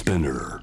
Spinner.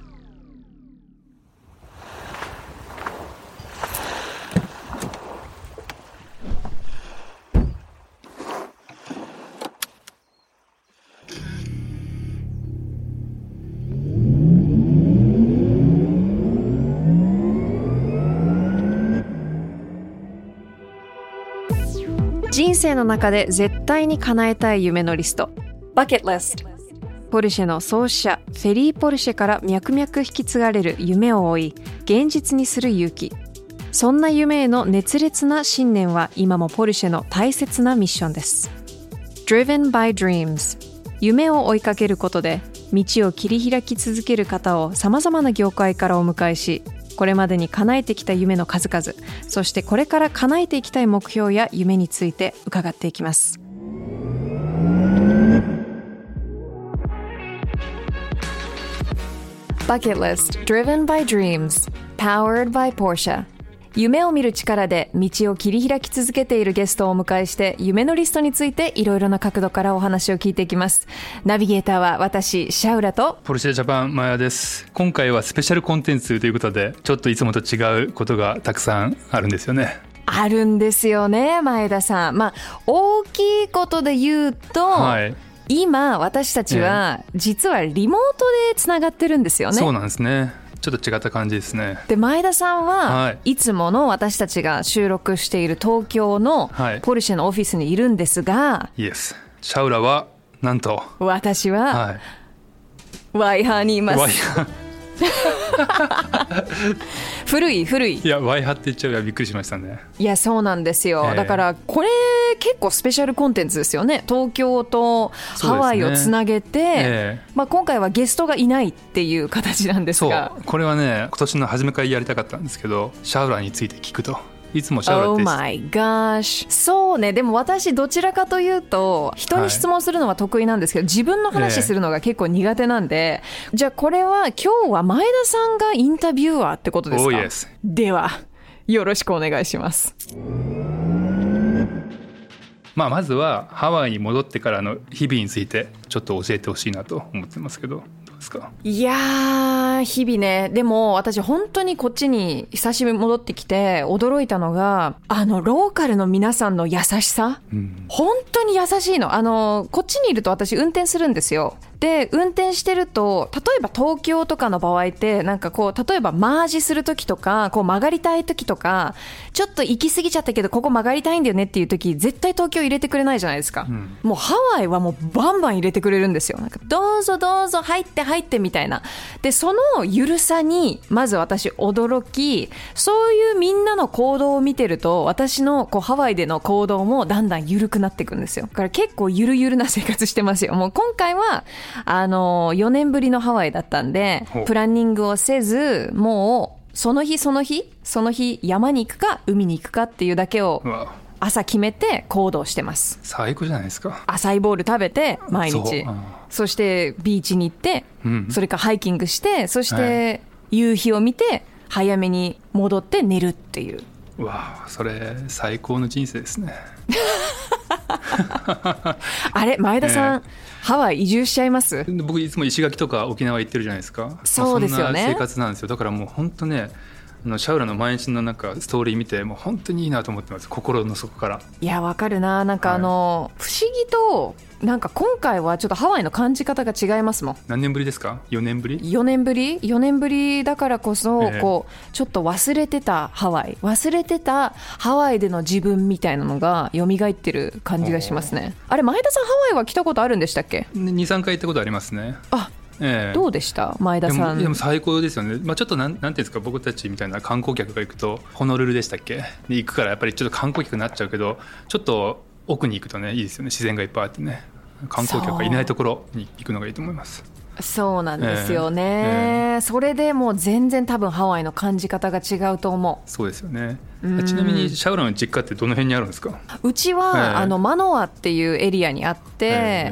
人生の中で絶対に叶えたい夢のリスト Bucket List。 ポルシェの創始者フェリー・ポルシェから脈々引き継がれる夢を追い現実にする勇気。そんな夢への熱烈な信念は今もポルシェの大切なミッションです。 Driven by Dreams。 夢を追いかけることで道を切り開き続ける方をさまざまな業界からお迎えし、これまでに叶えてきた夢の数々、そしてこれから叶えていきたい目標や夢について伺っていきます。Bucket List Driven by Dreams Powered by Porsche。 夢を見る力で道を切り開き続けているゲストをお迎えして、夢のリストについていろいろな角度からお話を聞いていきます。ナビゲーターは私シャウラとポルシェジャパンマヤです。今回はスペシャルコンテンツということで、ちょっといつもと違うことがたくさんあるんですよね。 あるんですよね、前田さん。大きいことで言うと、はい、今私たちは実はリモートでつながってるんですよね。 そうなんですね。ちょっと違った感じですね。 で、前田さんはいつもの私たちが収録している東京のポルシェのオフィスにいるんですが、 Yes。 シャウラはなんと私はワイハーにいます。 ワイハー古い。 いや、ワイハって言っちゃう。びっくりしましたね。 いや、そうなんですよ。だからこれ結構スペシャルコンテンツですよね。東京とハワイをつなげて、今回はゲストがいないっていう形なんですが、 そう、これはね、今年の初めからやりたかったんですけど、シャウラについて聞くと。いつもシャウラです。 Oh my gosh。 そうね。でも私どちらかというと人に質問するのは得意なんですけど、自分の話するのが結構苦手なんで、じゃあこれは今日は前田さんがインタビュアーってことですか？ Oh yes。 ではよろしくお願いします。 まずはハワイに戻ってからの日々についてちょっと教えてほしいなと思ってますけど、どうですか？ いやー、日々ね。でも私本当にこっちに久しぶりに戻ってきて驚いたのが、ローカルの皆さんの優しさ、本当に優しいの。こっちにいると私運転するんですよ。で、運転してると、例えば東京とかの場合ってなんかこう、例えばマージするときとか、こう曲がりたいときとか、ちょっと行き過ぎちゃったけどここ曲がりたいんだよねっていうとき、絶対東京入れてくれないじゃないですか。もうハワイはもうバンバン入れてくれるんですよ。なんかどうぞどうぞ入ってみたいな。で、そのゆるさにまず私驚き、そういうみんなの行動を見てると、私のこうハワイでの行動もだんだんゆるくなっていくんですよ。だから結構ゆるゆるな生活してますよ。もう今回は4年ぶりのハワイだったんで、プランニングをせず、もうその日山に行くか海に行くかっていうだけを朝決めて行動してます。 最高じゃないですか。 アサイボール食べて毎日、そしてビーチに行って、それからハイキングして、そして夕日を見て早めに戻って寝るっていう。 うわ、それ最高の人生ですね。 あれ、前田さん、ハワイ移住しちゃいます？ 僕いつも石垣とか沖縄行ってるじゃないですか。 そうですよね。 そんな生活なんですよ。だからもう本当ね、シャウラの毎日のなんかストーリー見て、もう本当にいいなと思ってます。心の底から。いや、わかるな。なんか不思議となんか今回はちょっとハワイの感じ方が違いますもん。 何年ぶりですか？4年ぶり ？4年ぶりだからこそ、こうちょっと忘れてたハワイでの自分みたいなのが蘇ってる感じがしますね。あれ、前田さんハワイは来たことあるんでしたっけ ？2、3回行ったことありますね。 どうでした前田さん？ でも最高ですよね。ちょっとなんていうんですか、僕たちみたいな観光客が行くと、ホノルルでしたっけに行くからやっぱりちょっと観光客になっちゃうけど、ちょっと奥に行くとね、いいですよね。自然がいっぱいあってね、観光客がいないところに行くのがいいと思います。 そうなんですよね、それでもう全然多分ハワイの感じ方が違うと思う。 そうですよね。ちなみにシャウラの実家ってどの辺にあるんですか？ うちは、マノアっていうエリアにあって、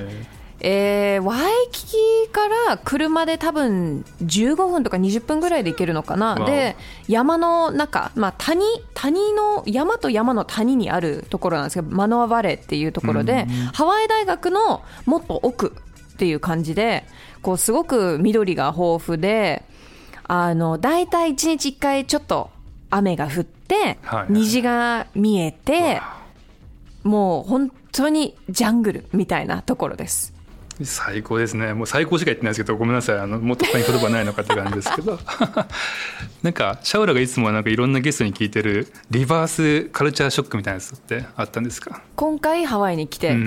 ワイキキから車で多分15分とか20分ぐらいで行けるのかな。で、山の中、谷の山と山の谷にあるところなんですけど、マノアバレーっていうところで、ハワイ大学のもっと奥っていう感じで、こうすごく緑が豊富で、だいたい1日1回ちょっと雨が降って、 はい、 虹が見えて、もう本当にジャングルみたいなところです。 最高ですね。もう最高しか言ってないですけど、ごめんなさい、もっと他に言葉ないのかって感じですけどなんかシャウラがいつもなんかいろんなゲストに聞いてるリバースカルチャーショックみたいなやつってあったんですか？ 今回ハワイに来て、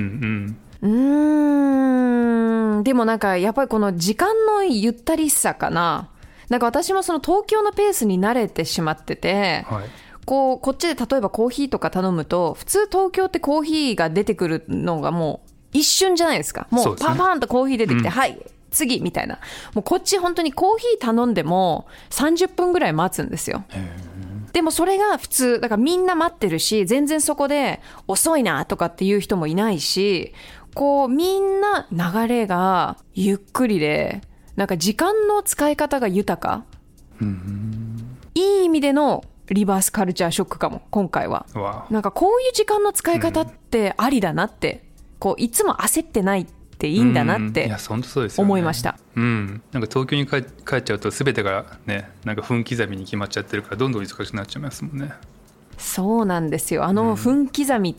でもなんかやっぱりこの時間のゆったりさかな。なんか私もその東京のペースに慣れてしまってて、はい、こっちで例えばコーヒーとか頼むと、普通東京ってコーヒーが出てくるのがもう一瞬じゃないですか。もうパンパンとコーヒー出てきて、はい次みたいな。もうこっち本当にコーヒー頼んでも30分ぐらい待つんですよ。でもそれが普通だからみんな待ってるし、全然そこで遅いなとかっていう人もいないし、こうみんな流れがゆっくりで、なんか時間の使い方が豊か、いい意味でのリバースカルチャーショックかも今回は。なんかこういう時間の使い方ってありだなって、こういつも焦ってないっていいんだなって思いました。 なんか東京に帰っちゃうと全てがね、なんか分刻みに決まっちゃってるから、どんどん忙しくなっちゃいますもんね。 そうなんですよ。分刻みって、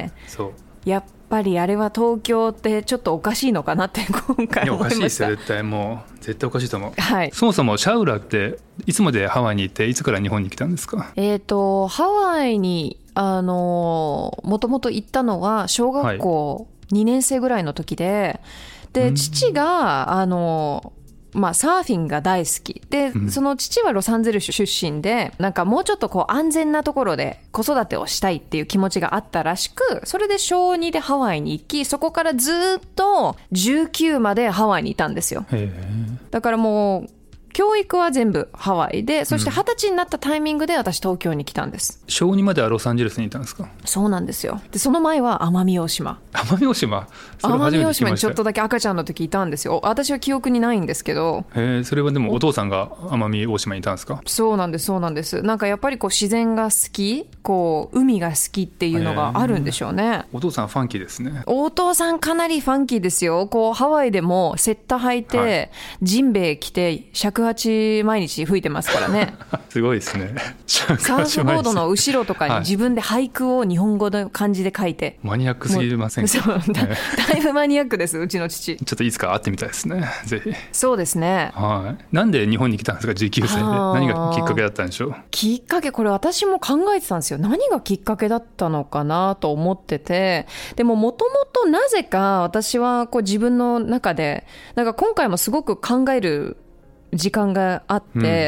やっぱりあれは東京ってちょっとおかしいのかなって今回思いました。おかしいですよ、 絶対おかしいと思う、はい、そもそもシャウラっていつまでハワイに行って、いつから日本に来たんですか？ ハワイにもともと行ったのは小学校2年生ぐらいの時で、父がサーフィンが大好きで、その父はロサンゼルス出身で、なんかもうちょっとこう安全なところで子育てをしたいっていう気持ちがあったらしく、それで小2でハワイに行き、そこからずっと19までハワイにいたんですよ。だからもう教育は全部ハワイで、そして20歳になったタイミングで私東京に来たんです。 小2まではロサンゼルスにいたんですか？そうなんですよ。でその前は奄美大島。 奄美大島にちょっとだけ赤ちゃんの時いたんですよ。私は記憶にないんですけど。 それはでもお父さんが奄美大島にいたんですか？ そうなんです。なんかやっぱりこう自然が好き、こう海が好きっていうのがあるんでしょうね。 お父さんファンキーですね。 お父さんかなりファンキーですよ。こうハワイでもセッタ履いて、ジンベエ着て尺八毎日吹いてますからね。 すごいですね。 サーフボードの後ろとかに自分で俳句を日本語の漢字で書いて、 マニアックすぎませんか？ だいぶマニアックです、うちの父。 ちょっといつか会ってみたいですね、ぜひ。 そうですね、 はい。なんで日本に来たんですか、19歳で。何がきっかけだったんでしょう？ きっかけ、これ私も考えてたんですよ。何がきっかけだったのかなと思ってて、でももともとなぜか私はこう自分の中で、なんか今回もすごく考える時間があって、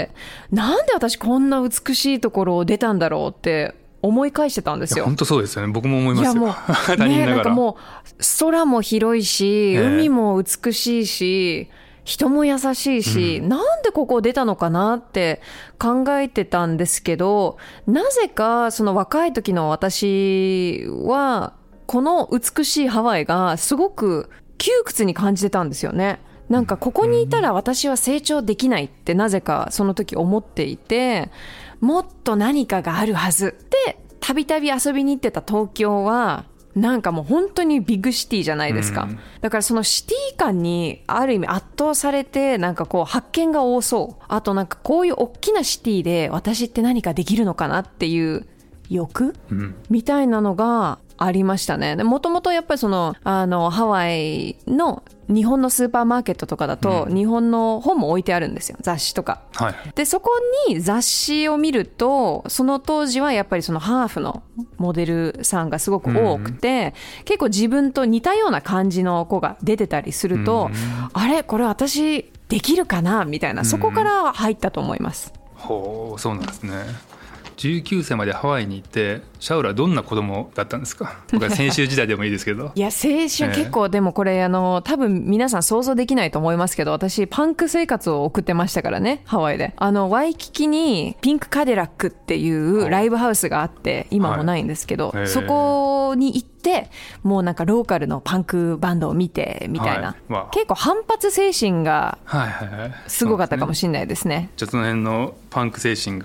なんで私こんな美しいところを出たんだろうって思い返してたんですよ。 本当そうですよね。僕も思いますよ。 いやもうね、なんかもう空も広いし、海も美しいし、人も優しいし、なんでここ出たのかなって考えてたんですけど、なぜかその若い時の私はこの美しいハワイがすごく窮屈に感じてたんですよね。なんかここにいたら私は成長できないってなぜかその時思っていて、もっと何かがあるはずで、たびたび遊びに行ってた東京はなんかもう本当にビッグシティじゃないですか。だからそのシティ感にある意味圧倒されて、なんかこう発見が多そう。あとなんかこういう大きなシティで私って何かできるのかなっていう欲、みたいなのがありましたね。もともとやっぱりそのハワイの日本のスーパーマーケットとかだと、日本の本も置いてあるんですよ、雑誌とか、でそこに雑誌を見ると、その当時はやっぱりそのハーフのモデルさんがすごく多くて、結構自分と似たような感じの子が出てたりすると、あれこれ私できるかなみたいな、そこから入ったと思います。 ほう、そうなんですね。19歳までハワイに行って、シャウラはどんな子供だったんですか？僕は青春時代でもいいですけど。 いや青春結構、でもこれ多分皆さん想像できないと思いますけど、私パンク生活を送ってましたからね、ハワイで。ワイキキにピンクカデラックっていうライブハウスがあって、今もないんですけど、そこに行って、もうなんかローカルのパンクバンドを見てみたいな、結構反発精神がすごかったかもしれないですね。 じゃあその辺のパンク精神が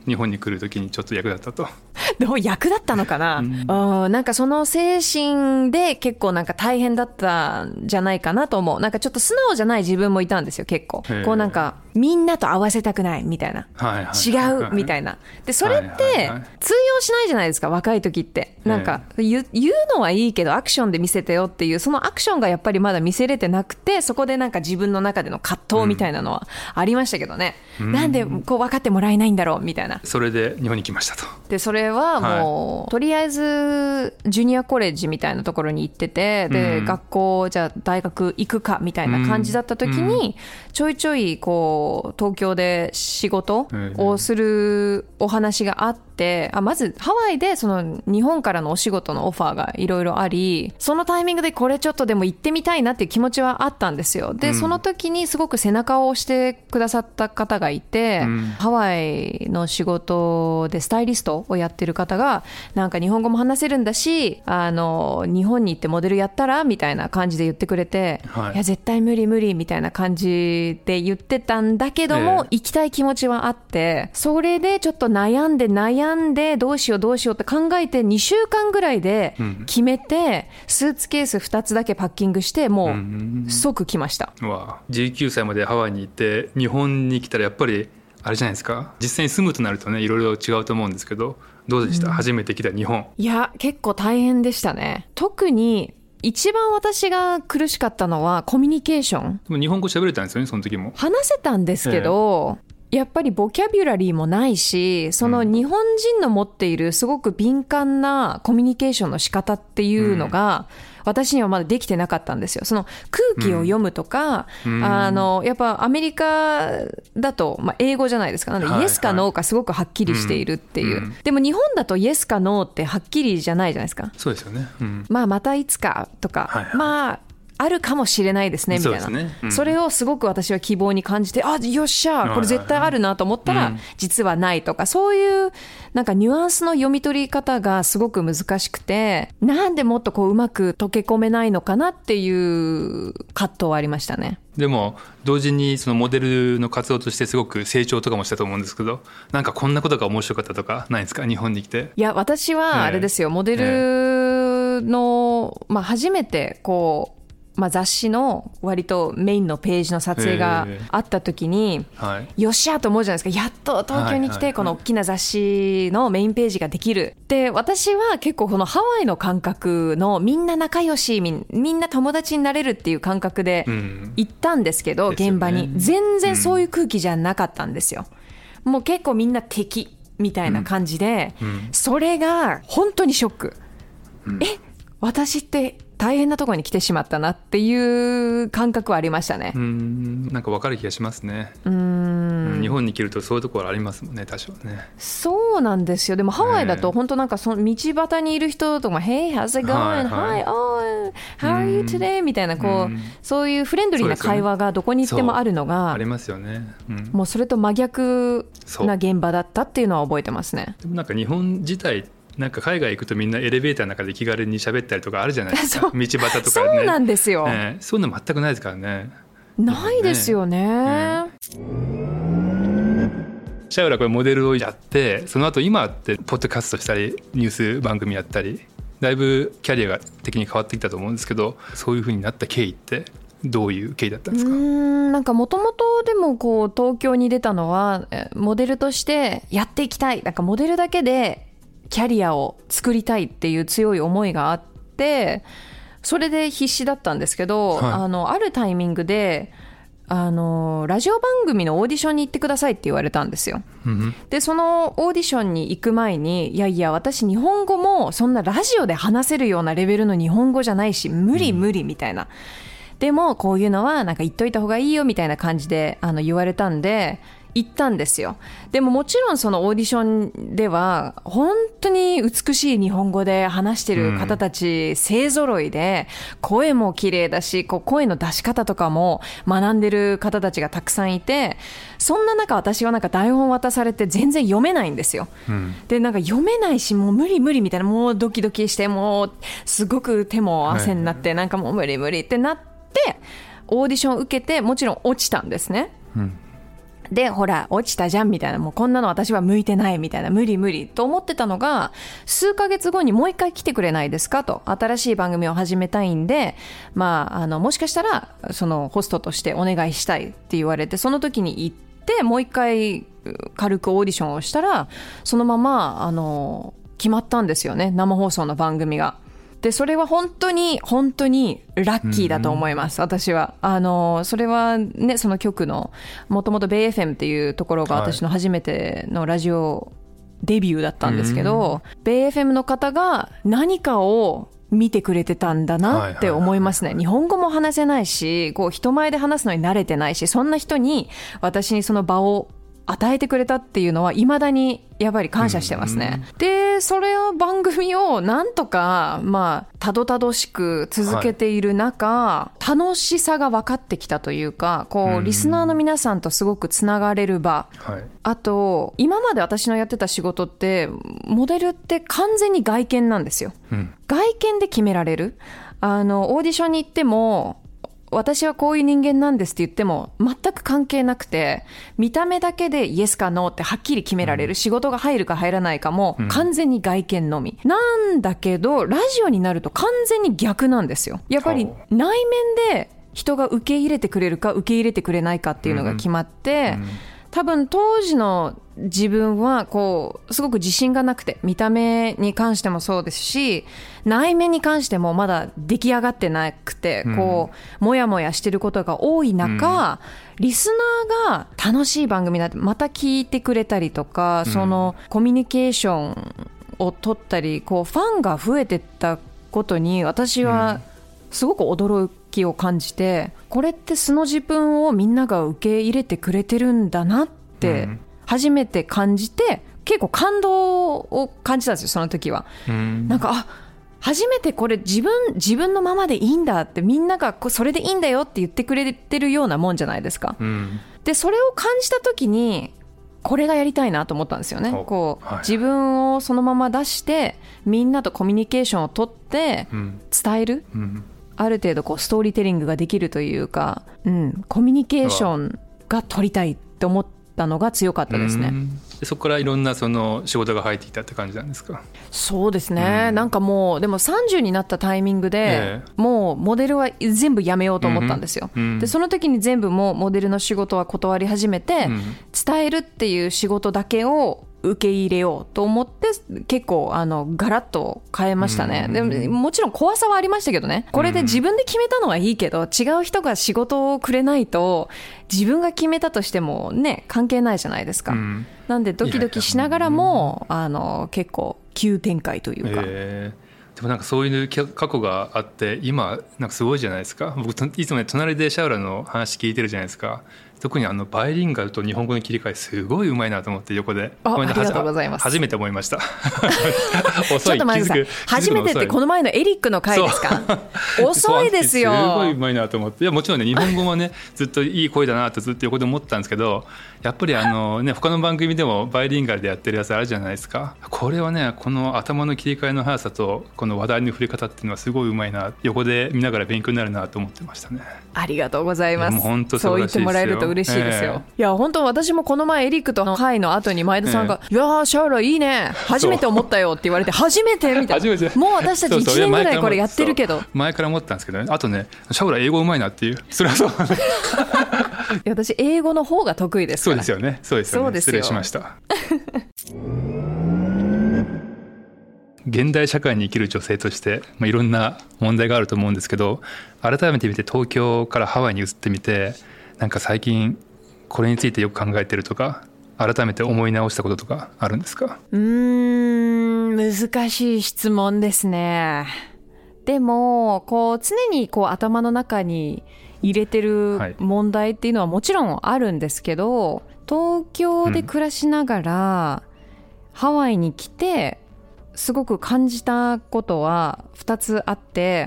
日本に来る時にちょっと役立ったと。 どう役立ったのかな、なんかその精神で結構なんか大変だったんじゃないかなと思う。なんかちょっと素直じゃない自分もいたんですよ結構。こうなんかみんなと合わせたくないみたいな、違うみたいな。でそれって通用しないじゃないですか若い時って。なんか言うのはいいけどアクションで見せてよっていう、そのアクションがやっぱりまだ見せれてなくて、そこでなんか自分の中での葛藤みたいなのはありましたけどね、なんでこう分かってもらえないんだろうみたいな。 それで日本に来ましたと。 でそれはもう、とりあえずジュニアコレッジみたいなところに行ってて、で、学校じゃあ大学行くかみたいな感じだった時に、ちょいちょいこう東京で仕事をするお話があって、まずハワイでその日本からのお仕事のオファーがいろいろあり、そのタイミングでこれちょっとでも行ってみたいなっていう気持ちはあったんですよ。でその時にすごく背中を押してくださった方がいて、ハワイの仕事でスタイリストをやってる方が、なんか日本語も話せるんだし、日本に行ってモデルやったらみたいな感じで言ってくれて、いや絶対無理無理みたいな感じで言ってたんだけども、行きたい気持ちはあって、それでちょっと悩んでどうしようって考えて2週間ぐらいで決めて、スーツケース2つだけパッキングして、もう即来ました。 19歳までハワイに行って日本に来たらやっぱりあれじゃないですか、実際に住むとなるとねいろいろ違うと思うんですけど、どうでした、初めて来た日本。 いや結構大変でしたね。特に一番私が苦しかったのはコミュニケーション。 でも日本語喋れたんですよねその時も。 話せたんですけど、やっぱりボキャビュラリーもないし、その日本人の持っているすごく敏感なコミュニケーションの仕方っていうのが、私にはまだできてなかったんですよ。その空気を読むとか、やっぱアメリカだと、英語じゃないですか。なのでイエスかノーかすごくはっきりしているっていう、でも日本だとイエスかノーってはっきりじゃないじゃないですか。 そうですよね、 またいつかとか、あるかもしれないですねみたいな。 そうですね、それをすごく私は希望に感じて、よっしゃこれ絶対あるなと思ったら、実はないとか、そういうなんかニュアンスの読み取り方がすごく難しくて、なんでもっとこううまく溶け込めないのかなっていう葛藤はありましたね。 でも同時にそのモデルの活動としてすごく成長とかもしたと思うんですけど、なんかこんなことが面白かったとかないですか、日本に来て。 いや私はあれですよ、モデルの、初めてこう雑誌の割とメインのページの撮影があった時に、よっしゃと思うじゃないですか。やっと東京に来てこの大きな雑誌のメインページができる。で私は結構このハワイの感覚のみんな仲良し、みんな友達になれるっていう感覚で行ったんですけど、現場に全然そういう空気じゃなかったんですよ。もう結構みんな敵みたいな感じで、それが本当にショック。私って大変なところに来てしまったなっていう感覚はありましたね。 なんか分かる気がしますね。日本に来るとそういうところありますもんね、多少ね。 そうなんですよ。でもハワイだと本当なんかその道端にいる人とかも Hey, how's it going? Hi, oh, how are you today? みたいなそういうフレンドリーな会話がどこに行ってもあるのが、 ありますよね。 もうそれと真逆な現場だったっていうのは覚えてますね。 でもなんか日本自体なんか海外行くとみんなエレベーターの中で気軽に喋ったりとかあるじゃないですか。道端とかね。 そうなんですよ、 そういうの全くないですからね。 ないですよね。 シャウラこれモデルをやって、その後今ってポッドキャストしたりニュース番組やったり、だいぶキャリアが的に変わってきたと思うんですけど、そういう風になった経緯ってどういう経緯だったんですか？ なんかもともとでもこう東京に出たのはモデルとしてやっていきたい、なんかモデルだけでキャリアを作りたいっていう強い思いがあって、それで必死だったんですけど、あるタイミングでラジオ番組のオーディションに行ってくださいって言われたんですよ。でそのオーディションに行く前に、いや私日本語もそんなラジオで話せるようなレベルの日本語じゃないし、無理みたいな、でもこういうのはなんか言っといた方がいいよみたいな感じで言われたんで行ったんですよ。でももちろんそのオーディションでは本当に美しい日本語で話してる方たち勢ぞろいで、声も綺麗だし、こう声の出し方とかも学んでる方たちがたくさんいて、そんな中私はなんか台本渡されて全然読めないんですよ。でなんか読めないし、もう無理みたいな、もうドキドキして、もうすごく手も汗になって、なんかもう無理ってなってオーディション受けて、もちろん落ちたんですね。 で、ほら、落ちたじゃんみたいな、もうこんなの私は向いてないみたいな、無理無理と思ってたのが、数ヶ月後にもう一回来てくれないですかと、新しい番組を始めたいんで、もしかしたら、そのホストとしてお願いしたいって言われて、その時に行って、もう一回軽くオーディションをしたら、そのまま、決まったんですよね、生放送の番組が。で、それは本当に本当にラッキーだと思います、私は。それはね、その局のもともとベイ FM っていうところが私の初めてのラジオデビューだったんですけど、ベイ FM の方が何かを見てくれてたんだなって思いますね。日本語も話せないし、こう人前で話すのに慣れてないし、そんな人に私にその場を与えてくれたっていうのは未だにやっぱり感謝してますね。で、それを番組をなんとかたどたどしく続けている中、楽しさが分かってきたというか、こうリスナーの皆さんとすごくつながれる場、あと今まで私のやってた仕事ってモデルって完全に外見なんですよ、外見で決められる。オーディションに行っても私はこういう人間なんですって言っても全く関係なくて、見た目だけでイエスかノーってはっきり決められる、仕事が入るか入らないかも完全に外見のみ、なんだけどラジオになると完全に逆なんですよ。やっぱり内面で人が受け入れてくれるか受け入れてくれないかっていうのが決まって、多分当時の自分はこうすごく自信がなくて、見た目に関してもそうですし、内面に関してもまだ出来上がってなくて、こうもやもやしてることが多い中、リスナーが楽しい番組だってまた聞いてくれたりとか、そのコミュニケーションを取ったり、こうファンが増えてったことに私はすごく驚きを感じて、これって素の自分をみんなが受け入れてくれてるんだなって初めて感じて、結構感動を感じたんですよ、その時は。なんか初めてこれ自分のままでいいんだって、みんながそれでいいんだよって言ってくれてるようなもんじゃないですか、でそれを感じた時にこれがやりたいなと思ったんですよね。こう自分をそのまま出してみんなとコミュニケーションを取って伝える、ある程度こうストーリーテリングができるというか、コミュニケーションが取りたいって思ったのが強かったですね。 でそこからいろんなその仕事が入ってきたって感じなんですか？ そうですね、なんかもうでも30になったタイミングで、もうモデルは全部やめようと思ったんですよ、でその時に全部もうモデルの仕事は断り始めて、伝えるっていう仕事だけを受け入れようと思って結構ガラッと変えましたね、でももちろん怖さはありましたけどね。これで自分で決めたのはいいけど、違う人が仕事をくれないと自分が決めたとしてもね関係ないじゃないですか、なんでドキドキしながらも結構急展開というか、 でもなんかそういう過去があって今なんかすごいじゃないですか。僕いつもね隣でシャウラの話聞いてるじゃないですか。特にバイリンガルと日本語の切り替えすごいうまいなと思って横で。 ありがとうございます。 初めて思いました遅い。ちょっと待ってください。初めてってこの前のエリックの回ですか？遅いですよ。 すごいうまいなと思って。いやもちろんね日本語もねずっといい声だなとずっと横で思ってたんですけど、やっぱり他の番組でもバイリンガルでやってるやつあるじゃないですか。これはねこの頭の切り替えの速さとこの話題の振り方っていうのはすごいうまいな、横で見ながら勉強になるなと思ってましたね。 ありがとうございます。 もう本当そう言ってもらえると嬉しいですよ、いや本当私もこの前エリックとの会の後に前田さんが、いやーシャウラいいね初めて思ったよって言われて、初めてみたいな、もう私たち1年ぐらいこれやってるけど、 前から思ったんですけどね。あとねシャウラ英語うまいなっていう、それはそう私英語の方が得意ですから。 そうですよね、そうですよね、失礼しました現代社会に生きる女性として、いろんな問題があると思うんですけど、改めて見て東京からハワイに移ってみて、なんか最近これについてよく考えてるとか、改めて思い直したこととかあるんですか？ 難しい質問ですね。でもこう常にこう頭の中に入れてる問題っていうのはもちろんあるんですけど、東京で暮らしながらハワイに来てすごく感じたことは2つあって、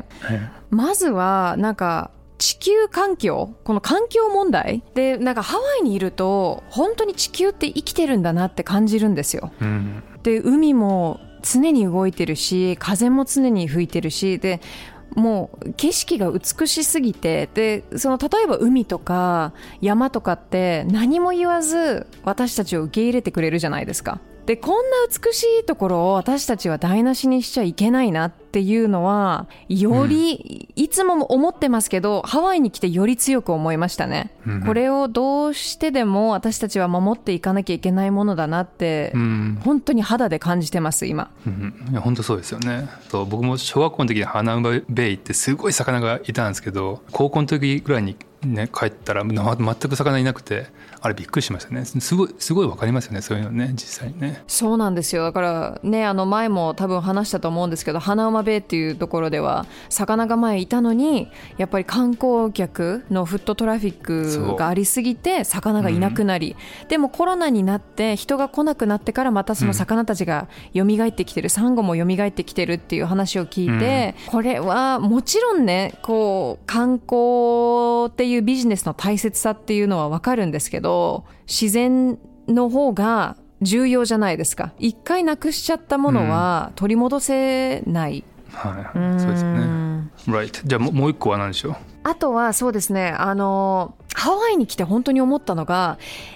まずはなんか地球環境、この環境問題で、なんかハワイにいると本当に地球って生きてるんだなって感じるんですよ、で海も常に動いてるし、風も常に吹いてるし、でもう景色が美しすぎて、で例えば海とか山とかって何も言わず私たちを受け入れてくれるじゃないですか。でこんな美しいところを私たちは台無しにしちゃいけないなっていうのはより、いつも思ってますけどハワイに来てより強く思いましたね、これをどうしてでも私たちは守っていかなきゃいけないものだなって、本当に肌で感じてます今、 いや本当そうですよね。僕も小学校の時に花馬ベイってすごい魚がいたんですけど、高校の時ぐらいにね、帰ったら全く魚いなくて、あれびっくりしましたね。すごい分かりますよね、そういうのね、実際にね。 そうなんですよ。だからね、前も多分話したと思うんですけど、花馬ベイっていうところでは魚が前いたのに、やっぱり観光客のフットトラフィックがありすぎて魚がいなくなり、でもコロナになって人が来なくなってからまたその魚たちが蘇ってきてる、サンゴも蘇ってきてるっていう話を聞いて、これはもちろんね、こう観光っていうビジネスの大切さっていうのは分かるんですけど、自然の方が重要じゃないですか。一回なくしちゃったものは取り戻せない、 そうですね。Right。 じゃあもう一個は何でしょう。 あとはそうですね、ハワイに来て本当に思ったのが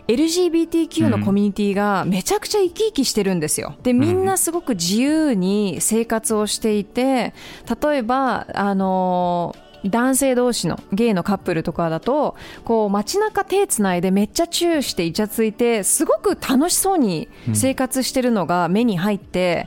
LGBTQ のコミュニティがめちゃくちゃ生き生きしてるんですよ。でみんなすごく自由に生活をしていて、例えば男性同士のゲイのカップルとかだとこう街中手つないでめっちゃチューしてイチャついてすごく楽しそうに生活してるのが目に入って、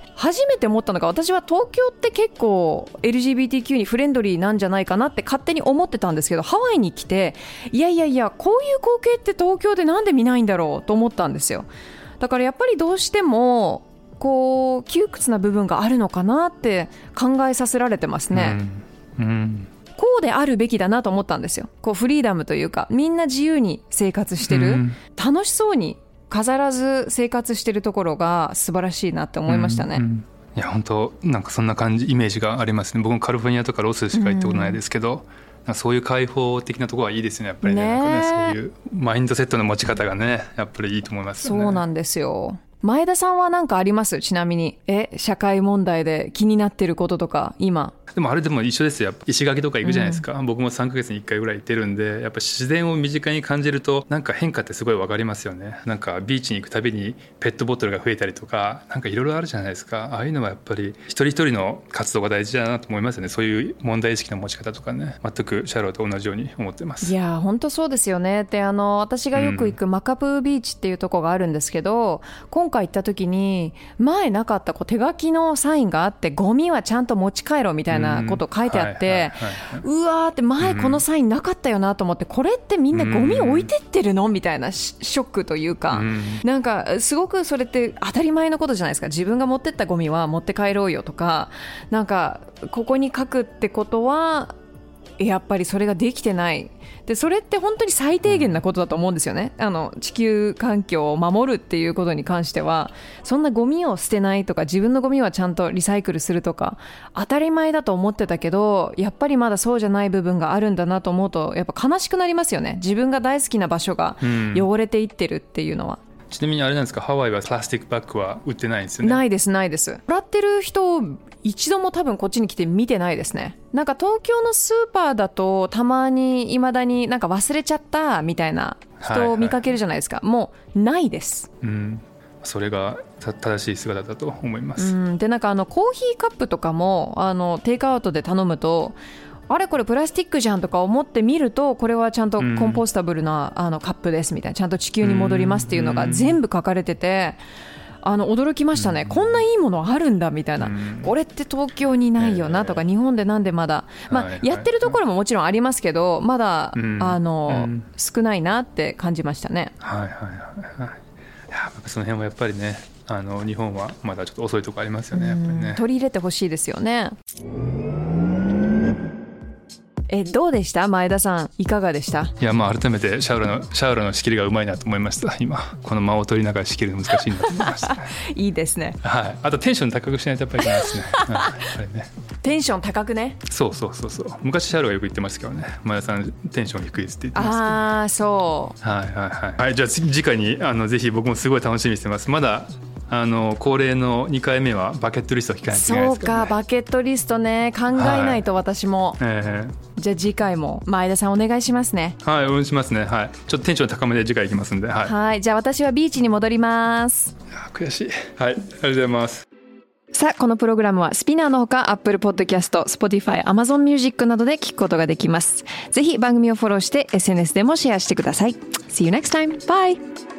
初めて思ったのが、私は東京って結構 LGBTQ にフレンドリーなんじゃないかなって勝手に思ってたんですけど、ハワイに来ていやこういう光景って東京でなんで見ないんだろうと思ったんですよ。だからやっぱりどうしてもこう窮屈な部分があるのかなって考えさせられてますね。こうであるべきだなと思ったんですよ。こうフリーダムというか、みんな自由に生活してる、楽しそうに飾らず生活してるところが素晴らしいなって思いましたね。 いや本当なんかそんな感じ、イメージがありますね。僕もカリフォルニアとかロスしか行ったことないですけど、そういう開放的なところはいいですね、やっぱり なんかね、そういうマインドセットの持ち方がね、やっぱりいいと思いますよね。 そうなんですよ。前田さんは何かあります？ちなみに社会問題で気になってることとか今。 でもあれでも一緒ですよ。石垣とか行くじゃないですか、僕も3ヶ月に1回ぐらい行ってるんで、やっぱ自然を身近に感じるとなんか変化ってすごい分かりますよね。なんかビーチに行くたびにペットボトルが増えたりとか、なんかいろいろあるじゃないですか。ああいうのはやっぱり一人一人の活動が大事だなと思いますよね。そういう問題意識の持ち方とかね、全くシャローと同じように思ってます。 いや本当そうですよね。で私がよく行くマカプービーチっていうところがあるんですけど、今回行った時に前なかった手書きのサインがあって、ゴミはちゃんと持ち帰ろうみたいなこと書いてあって、うわーって前このサインなかったよなと思って、これってみんなゴミ置いてってるのみたいなショックというか、なんかすごくそれって当たり前のことじゃないですか。自分が持ってったゴミは持って帰ろうよとか、なんかここに書くってことはやっぱりそれができてない。でそれって本当に最低限なことだと思うんですよね。地球環境を守るっていうことに関しては、そんなゴミを捨てないとか、自分のゴミはちゃんとリサイクルするとか当たり前だと思ってたけど、やっぱりまだそうじゃない部分があるんだなと思うと、やっぱ悲しくなりますよね。自分が大好きな場所が汚れていってるっていうのは。 ちなみにあれなんですか、ハワイはプラスチックバッグは売ってないんですよね。 ないです。もらってる人一度も多分こっちに来て見てないですね。なんか東京のスーパーだとたまに未だになんか忘れちゃったみたいな人を見かけるじゃないですか、もうないです。 それが正しい姿だと思います。 でなんかコーヒーカップとかもテイクアウトで頼むと、あれこれプラスチックじゃんとか思ってみると、これはちゃんとコンポスタブルなカップですみたいな、ちゃんと地球に戻りますっていうのが全部書かれてて、驚きましたね。こんないいものあるんだみたいな、これって東京にないよなとか、日本でなんでまだ、やってるところももちろんありますけど、まだ少ないなって感じましたね。 その辺はやっぱりね、日本はまだちょっと遅いところありますよね、やっぱりね。 取り入れてほしいですよね。どうでした前田さん、いかがでした？ いや改めてシャウロの仕切りがうまいなと思いました。今この間を取りながら仕切るの難しいなと思いました、 いいですね。 あとテンション高くしないとやっぱりいけないですね。 テンション高くね。 そう昔シャウロがよく言ってましたけどね、前田さんテンション低いですって言ってますけど。そうじゃあ次回にぜひ僕もすごい楽しみにしてます。まだ恒例の2回目はバケットリストを聞かないといけないですからね。 そうか、バケットリストね、考えないと私も、じゃあ次回も前田さんお願いしますね。 はい、お願いしますね。はい、ちょっとテンション高めで次回行きますんで。はい、 はい、じゃあ私はビーチに戻ります。 いや悔しい。はい、ありがとうございます。 さあ、このプログラムはスピナーのほか Apple Podcast、Spotify、Amazon Music などで聞くことができます。ぜひ番組をフォローして SNS でもシェアしてください。See you next time. Bye!